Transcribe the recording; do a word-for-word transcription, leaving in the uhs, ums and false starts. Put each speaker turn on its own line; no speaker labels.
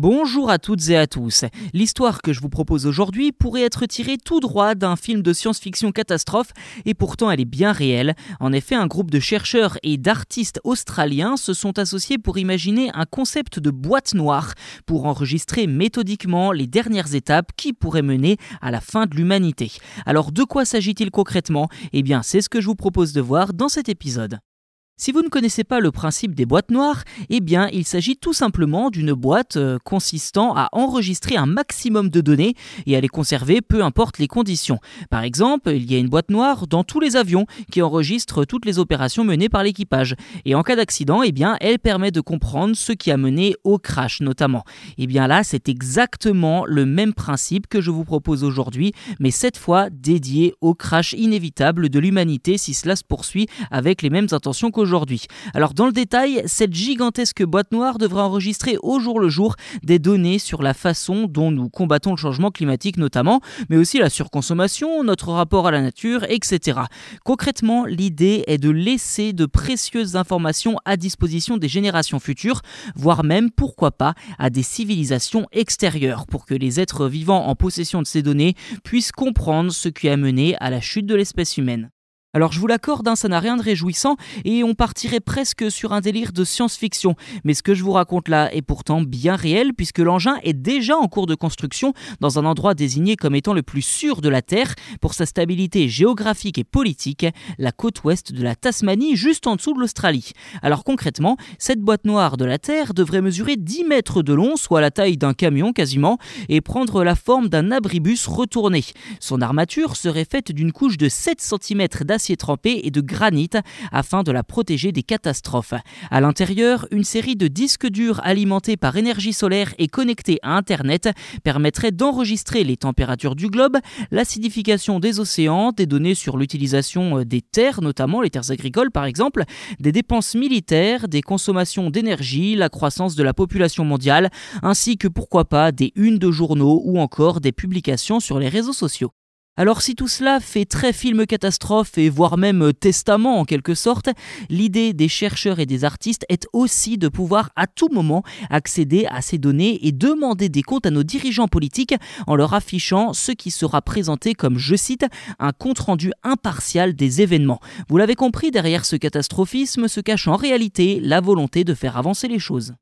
Bonjour à toutes et à tous. L'histoire que je vous propose aujourd'hui pourrait être tirée tout droit d'un film de science-fiction catastrophe et pourtant elle est bien réelle. En effet, un groupe de chercheurs et d'artistes australiens se sont associés pour imaginer un concept de boîte noire pour enregistrer méthodiquement les dernières étapes qui pourraient mener à la fin de l'humanité. Alors de quoi s'agit-il concrètement ? Eh bien, c'est ce que je vous propose de voir dans cet épisode. Si vous ne connaissez pas le principe des boîtes noires, eh bien, il s'agit tout simplement d'une boîte euh, consistant à enregistrer un maximum de données et à les conserver peu importe les conditions. Par exemple, il y a une boîte noire dans tous les avions qui enregistre toutes les opérations menées par l'équipage. Et en cas d'accident, eh bien, elle permet de comprendre ce qui a mené au crash notamment. Et bien là, c'est exactement le même principe que je vous propose aujourd'hui, mais cette fois dédié au crash inévitable de l'humanité si cela se poursuit avec les mêmes intentions qu'aujourd'hui. Aujourd'hui. Alors dans le détail, cette gigantesque boîte noire devra enregistrer au jour le jour des données sur la façon dont nous combattons le changement climatique notamment, mais aussi la surconsommation, notre rapport à la nature, et cetera. Concrètement, l'idée est de laisser de précieuses informations à disposition des générations futures, voire même, pourquoi pas, à des civilisations extérieures, pour que les êtres vivant en possession de ces données puissent comprendre ce qui a mené à la chute de l'espèce humaine. Alors je vous l'accorde, hein, ça n'a rien de réjouissant et on partirait presque sur un délire de science-fiction. Mais ce que je vous raconte là est pourtant bien réel puisque l'engin est déjà en cours de construction dans un endroit désigné comme étant le plus sûr de la Terre pour sa stabilité géographique et politique, la côte ouest de la Tasmanie, juste en dessous de l'Australie. Alors concrètement, cette boîte noire de la Terre devrait mesurer dix mètres de long, soit la taille d'un camion quasiment, et prendre la forme d'un abribus retourné. Son armature serait faite d'une couche de sept centimètres d'acier trempé et de granit afin de la protéger des catastrophes. À l'intérieur, une série de disques durs alimentés par énergie solaire et connectés à Internet permettrait d'enregistrer les températures du globe, l'acidification des océans, des données sur l'utilisation des terres, notamment les terres agricoles par exemple, des dépenses militaires, des consommations d'énergie, la croissance de la population mondiale, ainsi que pourquoi pas des unes de journaux ou encore des publications sur les réseaux sociaux. Alors si tout cela fait très film catastrophe et voire même testament en quelque sorte, l'idée des chercheurs et des artistes est aussi de pouvoir à tout moment accéder à ces données et demander des comptes à nos dirigeants politiques en leur affichant ce qui sera présenté comme, je cite, un compte-rendu impartial des événements. Vous l'avez compris, derrière ce catastrophisme se cache en réalité la volonté de faire avancer les choses.